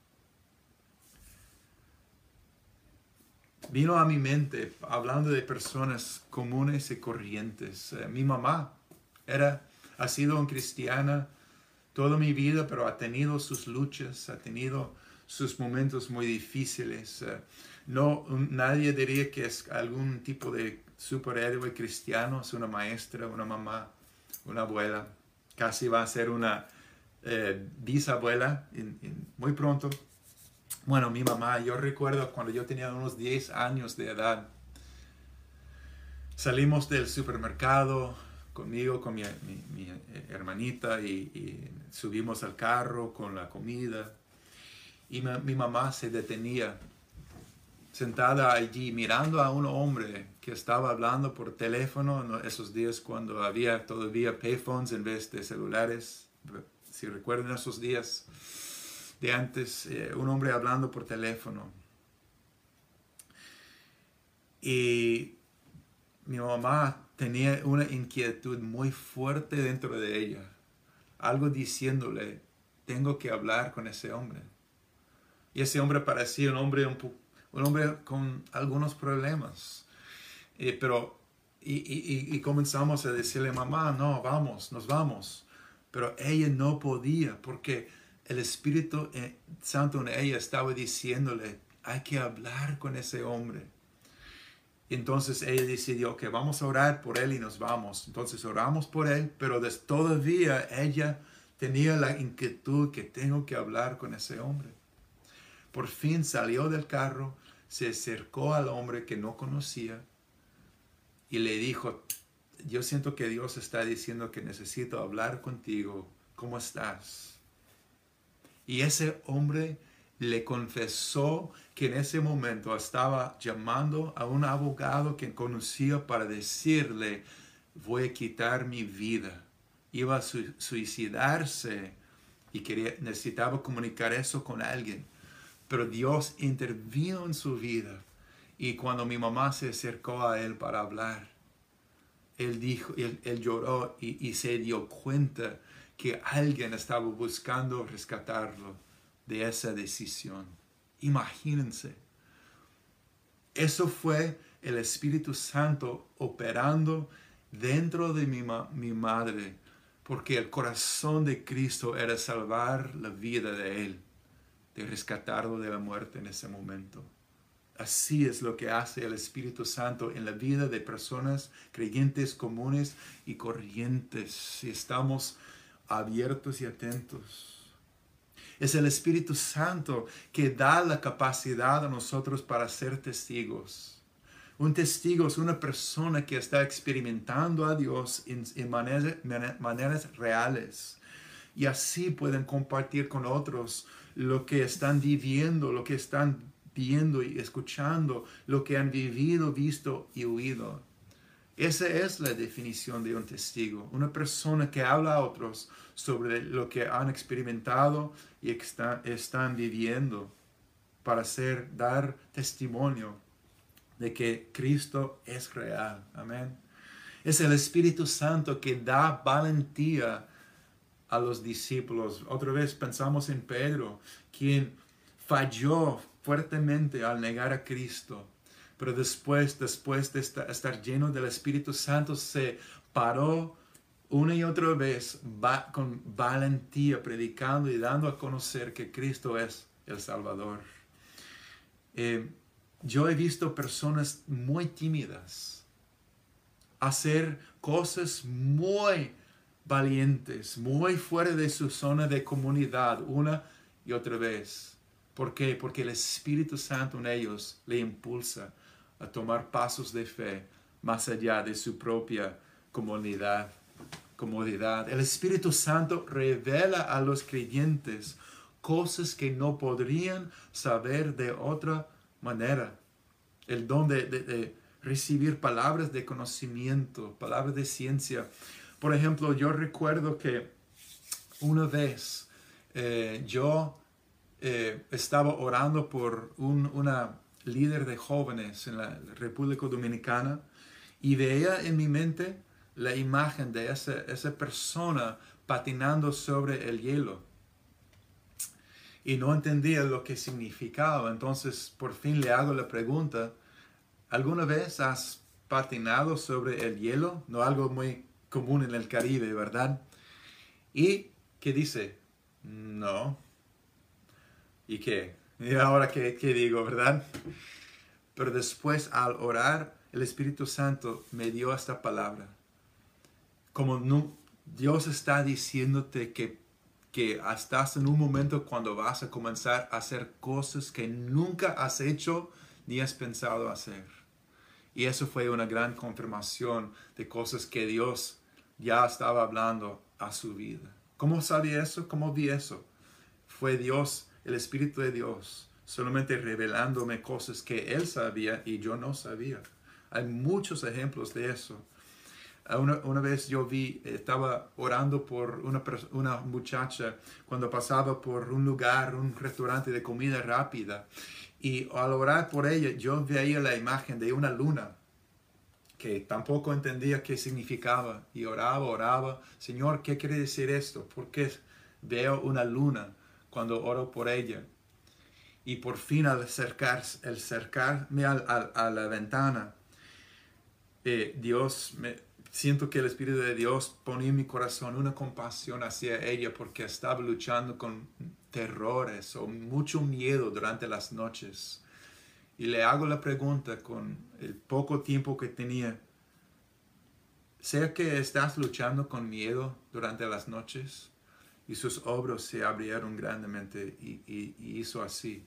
Vino a mi mente, hablando de personas comunes y corrientes, eh, mi mamá era, ha sido una cristiana toda mi vida, pero ha tenido sus luchas, ha tenido sus momentos muy difíciles. Uh, no, un, nadie diría que es algún tipo de superhéroe cristiano. Es una maestra, una mamá, una abuela. Casi va a ser una eh, bisabuela en, en, muy pronto. Bueno, mi mamá, yo recuerdo cuando yo tenía unos diez años de edad. Salimos del supermercado conmigo, con mi, mi, mi hermanita y, y subimos al carro con la comida. Y mi, mi mamá se detenía, sentada allí, mirando a un hombre que estaba hablando por teléfono, ¿no? Esos días cuando había todavía payphones en vez de celulares. Si recuerdan esos días de antes, eh, un hombre hablando por teléfono. Y mi mamá tenía una inquietud muy fuerte dentro de ella. Algo diciéndole, tengo que hablar con ese hombre. Y ese hombre parecía un hombre, un, un hombre con algunos problemas. Eh, pero, y, y, y comenzamos a decirle, mamá, no, vamos, nos vamos. Pero ella no podía porque el Espíritu Santo en ella estaba diciéndole, hay que hablar con ese hombre. Entonces ella decidió que vamos a orar por él y nos vamos. Entonces oramos por él, pero todavía ella tenía la inquietud que tengo que hablar con ese hombre. Por fin salió del carro, se acercó al hombre que no conocía y le dijo, yo siento que Dios está diciendo que necesito hablar contigo. ¿Cómo estás? Y ese hombre le confesó que en ese momento estaba llamando a un abogado que conocía para decirle, voy a quitar mi vida. Iba a suicidarse y quería, necesitaba comunicar eso con alguien. Pero Dios intervino en su vida. Y cuando mi mamá se acercó a él para hablar, él, dijo, él, él lloró y, y se dio cuenta que alguien estaba buscando rescatarlo de esa decisión. Imagínense. Eso fue el Espíritu Santo operando dentro de mi, ma mi madre, porque el corazón de Cristo era salvar la vida de él, de rescatarlo de la muerte en ese momento. Así es lo que hace el Espíritu Santo en la vida de personas creyentes comunes y corrientes, si estamos abiertos y atentos. Es el Espíritu Santo que da la capacidad a nosotros para ser testigos. Un testigo es una persona que está experimentando a Dios en, en maneras, maneras reales. Y así pueden compartir con otros lo que están viviendo, lo que están viendo y escuchando, lo que han vivido, visto y oído. Esa es la definición de un testigo, una persona que habla a otros sobre lo que han experimentado y está, están viviendo para hacer, dar testimonio de que Cristo es real. Amén. Es el Espíritu Santo que da valentía a los discípulos. Otra vez pensamos en Pedro, quien falló fuertemente al negar a Cristo. Pero después, después de estar lleno del Espíritu Santo, se paró una y otra vez va, con valentía, predicando y dando a conocer que Cristo es el Salvador. Eh, yo he visto personas muy tímidas hacer cosas muy valientes, muy fuera de su zona de comunidad, una y otra vez. ¿Por qué? Porque el Espíritu Santo en ellos le impulsa a tomar pasos de fe más allá de su propia comunidad, comodidad. El Espíritu Santo revela a los creyentes cosas que no podrían saber de otra manera. El don de, de, de recibir palabras de conocimiento, palabras de ciencia. Por ejemplo, yo recuerdo que una vez eh, yo eh, estaba orando por un, una líder de jóvenes en la República Dominicana y veía en mi mente la imagen de esa, esa persona patinando sobre el hielo. Y no entendía lo que significaba. Entonces, por fin le hago la pregunta, ¿alguna vez has patinado sobre el hielo? No algo muy común en el Caribe, ¿verdad? ¿Y qué dice? No. ¿Y qué? ¿Y ahora qué, qué digo, verdad? Pero después, al orar, el Espíritu Santo me dio esta palabra. Como no, Dios está diciéndote que, que estás en un momento cuando vas a comenzar a hacer cosas que nunca has hecho ni has pensado hacer. Y eso fue una gran confirmación de cosas que Dios ya estaba hablando a su vida. ¿Cómo sabía eso? ¿Cómo vi eso? Fue Dios, el Espíritu de Dios, solamente revelándome cosas que Él sabía y yo no sabía. Hay muchos ejemplos de eso. Una, una vez yo vi, estaba orando por una, una muchacha cuando pasaba por un lugar, un restaurante de comida rápida. Y al orar por ella, yo veía la imagen de una luna que tampoco entendía qué significaba. Y oraba, oraba, Señor, ¿qué quiere decir esto? ¿Por qué veo una luna cuando oro por ella? Y por fin al, acercar, al acercarme a, a, a la ventana, eh, Dios, me, siento que el Espíritu de Dios pone en mi corazón una compasión hacia ella porque estaba luchando con terrores o mucho miedo durante las noches. Y le hago la pregunta con el poco tiempo que tenía. ¿Sea que estás luchando con miedo durante las noches? Y sus hombros se abrieron grandemente y, y, y hizo así.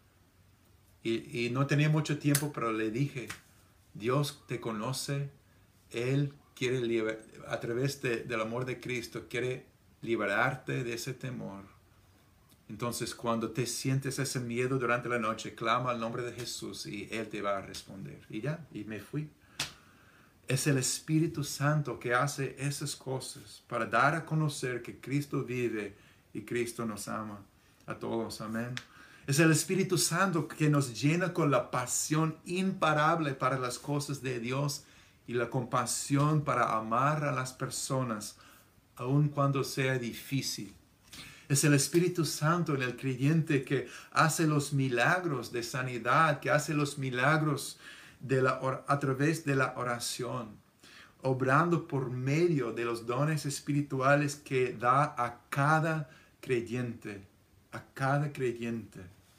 Y, y no tenía mucho tiempo, pero le dije, Dios te conoce, Él quiere, liber, a través de, del amor de Cristo, quiere liberarte de ese temor. Entonces, cuando te sientes ese miedo durante la noche, clama al nombre de Jesús y Él te va a responder. Y ya, y me fui. Es el Espíritu Santo que hace esas cosas para dar a conocer que Cristo vive y Cristo nos ama a todos. Amén. Es el Espíritu Santo que nos llena con la pasión imparable para las cosas de Dios y la compasión para amar a las personas, aun cuando sea difícil. Es el Espíritu Santo en el creyente que hace los milagros de sanidad, que hace los milagros de la, a través de la oración, obrando por medio de los dones espirituales que da a cada creyente, a cada creyente.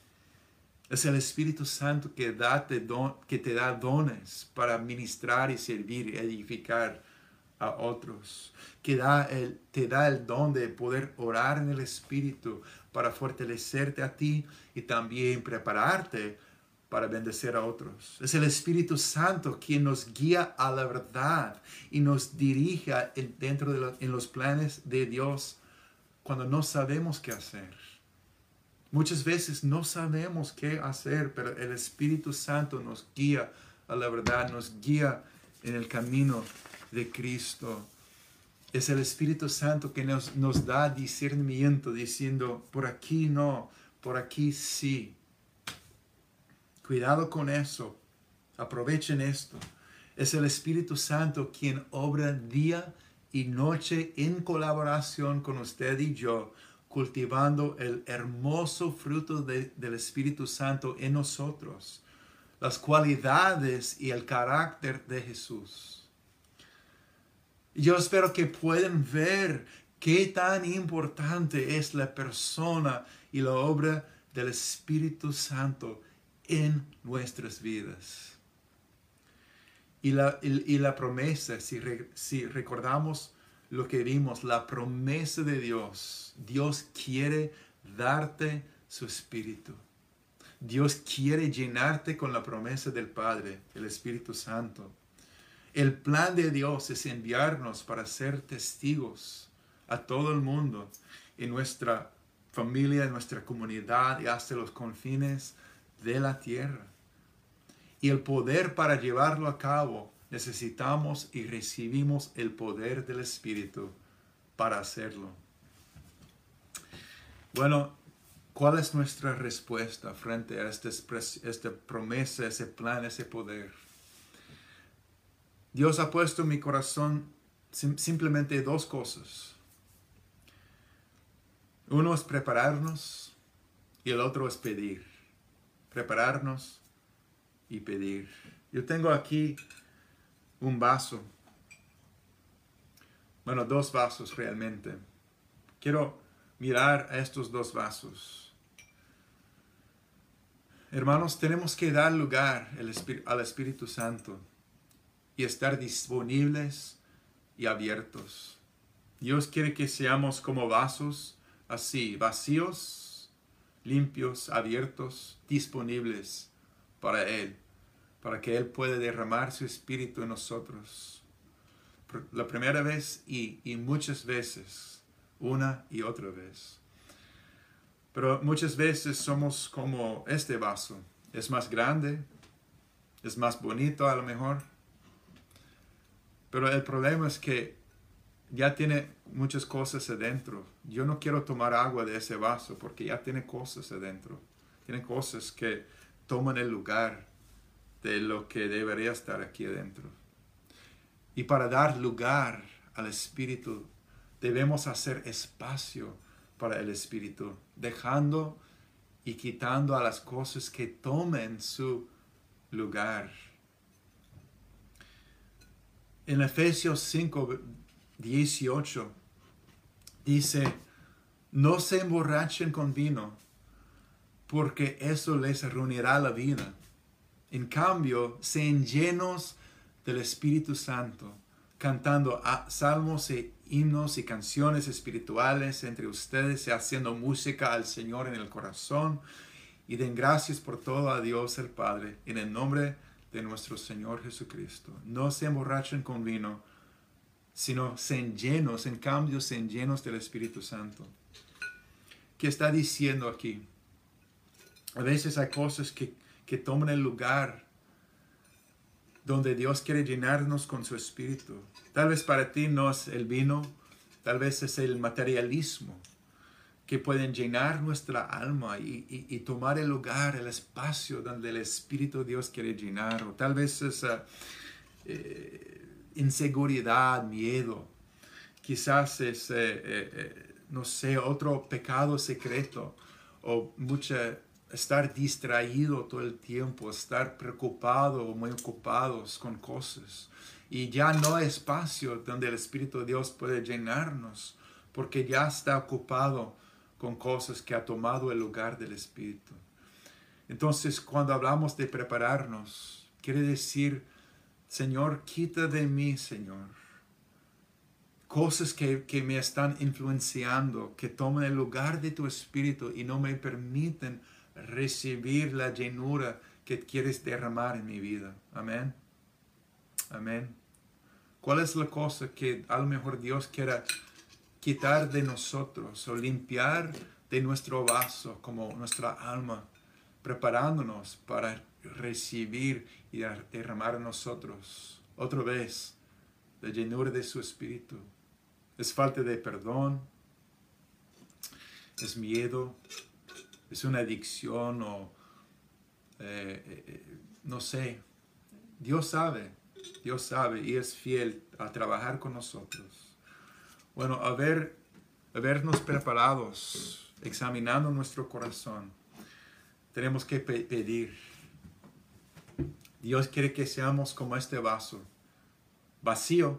Es el Espíritu Santo que, da te don, que te da dones para ministrar y servir y edificar a otros, que da el, te da el don de poder orar en el Espíritu para fortalecerte a ti y también prepararte para bendecir a otros. Es el Espíritu Santo quien nos guía a la verdad y nos dirige dentro de los, en los planes de Dios cuando no sabemos qué hacer. Muchas veces no sabemos qué hacer, pero el Espíritu Santo nos guía a la verdad, nos guía en el camino de Cristo. Es el Espíritu Santo que nos, nos da discernimiento, diciendo, por aquí no, por aquí sí. Cuidado con eso. Aprovechen esto. Es el Espíritu Santo quien obra día y noche en colaboración con usted y yo, cultivando el hermoso fruto de, del Espíritu Santo en nosotros, las cualidades y el carácter de Jesús. Yo espero que puedan ver qué tan importante es la persona y la obra del Espíritu Santo en nuestras vidas. Y la, y, y la promesa, si, re, si recordamos lo que vimos, la promesa de Dios, Dios quiere darte su Espíritu. Dios quiere llenarte con la promesa del Padre, el Espíritu Santo. El plan de Dios es enviarnos para ser testigos a todo el mundo, en nuestra familia, en nuestra comunidad y hasta los confines de la tierra. Y el poder para llevarlo a cabo, necesitamos y recibimos el poder del Espíritu para hacerlo. Bueno, ¿cuál es nuestra respuesta frente a esta, esta promesa, ese plan, ese poder? Dios ha puesto en mi corazón sim simplemente dos cosas. Uno es prepararnos y el otro es pedir. Prepararnos y pedir. Yo tengo aquí un vaso. Bueno, dos vasos realmente. Quiero mirar a estos dos vasos. Hermanos, tenemos que dar lugar al Espíritu Santo y estar disponibles y abiertos. Dios quiere que seamos como vasos así, vacíos, limpios, abiertos, disponibles para Él, para que Él pueda derramar su Espíritu en nosotros. La primera vez y, y muchas veces, una y otra vez. Pero muchas veces somos como este vaso. Es más grande, es más bonito a lo mejor. Pero el problema es que ya tiene muchas cosas adentro. Yo no quiero tomar agua de ese vaso porque ya tiene cosas adentro. Tiene cosas que toman el lugar de lo que debería estar aquí adentro. Y para dar lugar al Espíritu, debemos hacer espacio para el Espíritu, dejando y quitando a las cosas que tomen su lugar. En Efesios cinco, dieciocho dice, no se emborrachen con vino, porque eso les arruinará la vida. En cambio, sean llenos del Espíritu Santo, cantando salmos e himnos y canciones espirituales entre ustedes y haciendo música al Señor en el corazón, y den gracias por todo a Dios el Padre, en el nombre de nuestro Señor Jesucristo. No se emborrachen con vino, sino sean llenos, en cambio sean llenos del Espíritu Santo. ¿Qué está diciendo aquí? A veces hay cosas que, que toman el lugar donde Dios quiere llenarnos con su Espíritu. Tal vez para ti no es el vino, tal vez es el materialismo, que pueden llenar nuestra alma y, y, y tomar el lugar, el espacio donde el Espíritu de Dios quiere llenar. O tal vez es uh, eh, inseguridad, miedo. Quizás es, eh, eh, no sé, otro pecado secreto. O mucha, estar distraído todo el tiempo, estar preocupado o muy ocupados con cosas. Y ya no hay espacio donde el Espíritu de Dios puede llenarnos, porque ya está ocupado con cosas que ha tomado el lugar del Espíritu. Entonces, cuando hablamos de prepararnos, quiere decir, Señor, quita de mí, Señor, cosas que, que me están influenciando, que toman el lugar de tu Espíritu y no me permiten recibir la llenura que quieres derramar en mi vida. Amén. Amén. ¿Cuál es la cosa que a lo mejor Dios quiera quitar de nosotros o limpiar de nuestro vaso, como nuestra alma, preparándonos para recibir y derramar en nosotros otra vez la llenura de su Espíritu? Es falta de perdón, es miedo, es una adicción o eh, eh, no sé. Dios sabe, Dios sabe y es fiel a trabajar con nosotros. Bueno, haber, habernos preparados, examinando nuestro corazón, tenemos que pe- pedir. Dios quiere que seamos como este vaso, vacío,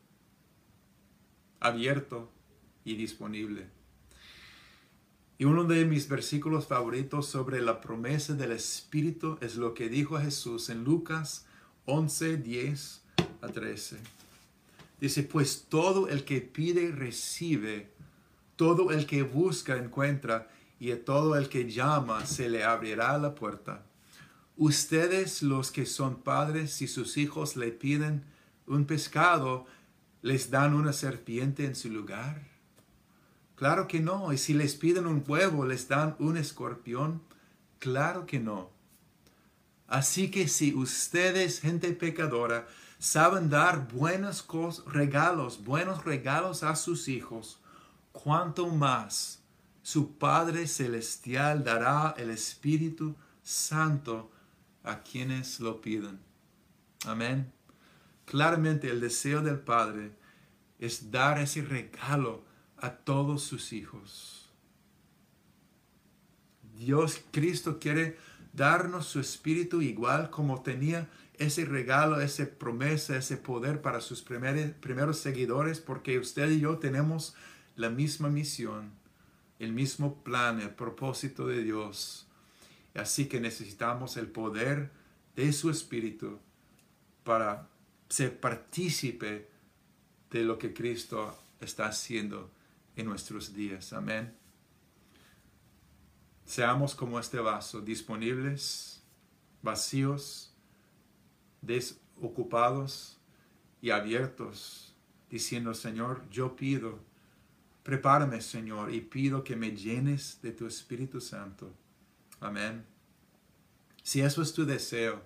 abierto y disponible. Y uno de mis versículos favoritos sobre la promesa del Espíritu es lo que dijo Jesús en Lucas once, diez a trece. Dice, pues todo el que pide recibe, todo el que busca encuentra, y a todo el que llama se le abrirá la puerta. Ustedes los que son padres, si sus hijos le piden un pescado, ¿les dan una serpiente en su lugar? Claro que no. Y si les piden un huevo, ¿les dan un escorpión? Claro que no. Así que si ustedes, gente pecadora, saben dar buenos regalos, buenos regalos a sus hijos, cuánto más su Padre Celestial dará el Espíritu Santo a quienes lo piden. Amén. Claramente el deseo del Padre es dar ese regalo a todos sus hijos. Dios, Cristo quiere darnos su Espíritu igual como tenía ese regalo, esa promesa, ese poder para sus primer, primeros seguidores, porque usted y yo tenemos la misma misión, el mismo plan, el propósito de Dios. Así que necesitamos el poder de su Espíritu para ser partícipe de lo que Cristo está haciendo en nuestros días. Amén. Seamos como este vaso, disponibles, vacíos, desocupados y abiertos, diciendo, Señor, yo pido, prepárame, Señor, y pido que me llenes de tu Espíritu Santo. Amén. Si eso es tu deseo,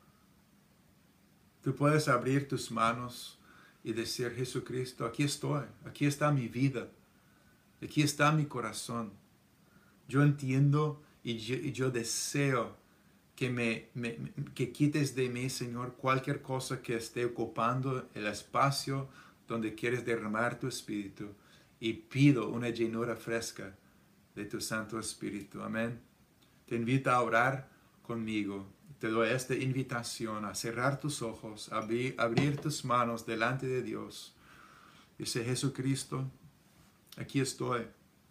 tú puedes abrir tus manos y decir, Jesucristo, aquí estoy, aquí está mi vida, aquí está mi corazón. Yo entiendo y yo, y yo deseo que, me, me, que quites de mí, Señor, cualquier cosa que esté ocupando el espacio donde quieres derramar tu Espíritu. Y pido una llenura fresca de tu Santo Espíritu. Amén. te invita a orar conmigo. Te doy esta invitación a cerrar tus ojos, a abrir, abrir tus manos delante de Dios. Dice: Jesucristo, aquí estoy.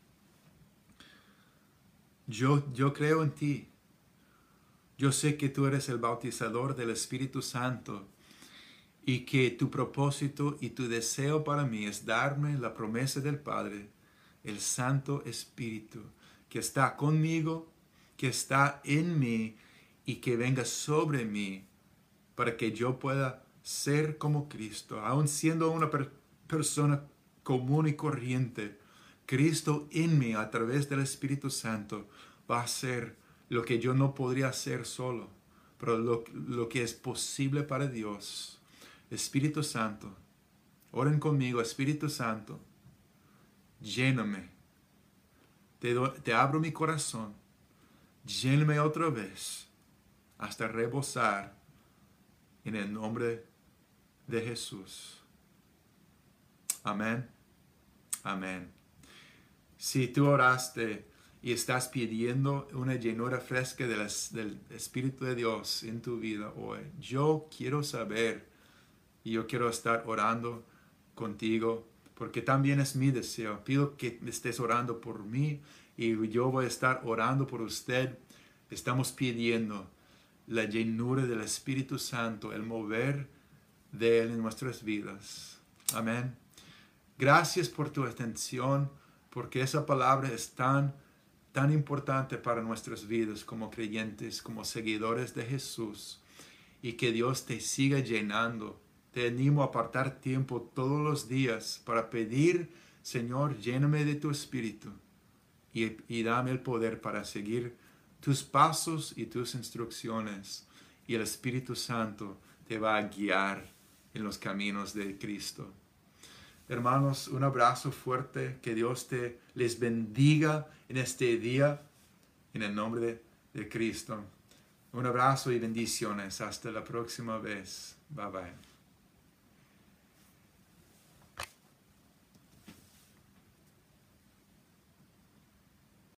Yo, yo creo en ti. Yo sé que tú eres el bautizador del Espíritu Santo y que tu propósito y tu deseo para mí es darme la promesa del Padre, el Santo Espíritu, que está conmigo, que está en mí y que venga sobre mí para que yo pueda ser como Cristo, aun siendo una per persona común y corriente. Cristo en mí, a través del Espíritu Santo, va a hacer lo que yo no podría hacer solo, pero lo, lo que es posible para Dios. Espíritu Santo, oren conmigo. Espíritu Santo, lléname. Te, do, te abro mi corazón. Lléname otra vez hasta rebosar en el nombre de Jesús. Amén. Amén. Si tú oraste y estás pidiendo una llenura fresca del, del Espíritu de Dios en tu vida hoy, yo quiero saber y yo quiero estar orando contigo, porque también es mi deseo. Pido que estés orando por mí y yo voy a estar orando por usted. Estamos pidiendo la llenura del Espíritu Santo, el mover de Él en nuestras vidas. Amén. Gracias por tu atención, porque esa palabra es tan, tan importante para nuestras vidas como creyentes, como seguidores de Jesús. Y que Dios te siga llenando. Te animo a apartar tiempo todos los días para pedir: Señor, lléname de tu Espíritu y, y dame el poder para seguir tus pasos y tus instrucciones. Y el Espíritu Santo te va a guiar en los caminos de Cristo. Hermanos, un abrazo fuerte. Que Dios te les bendiga en este día, en el nombre de, de Cristo. Un abrazo y bendiciones. Hasta la próxima vez. Bye bye.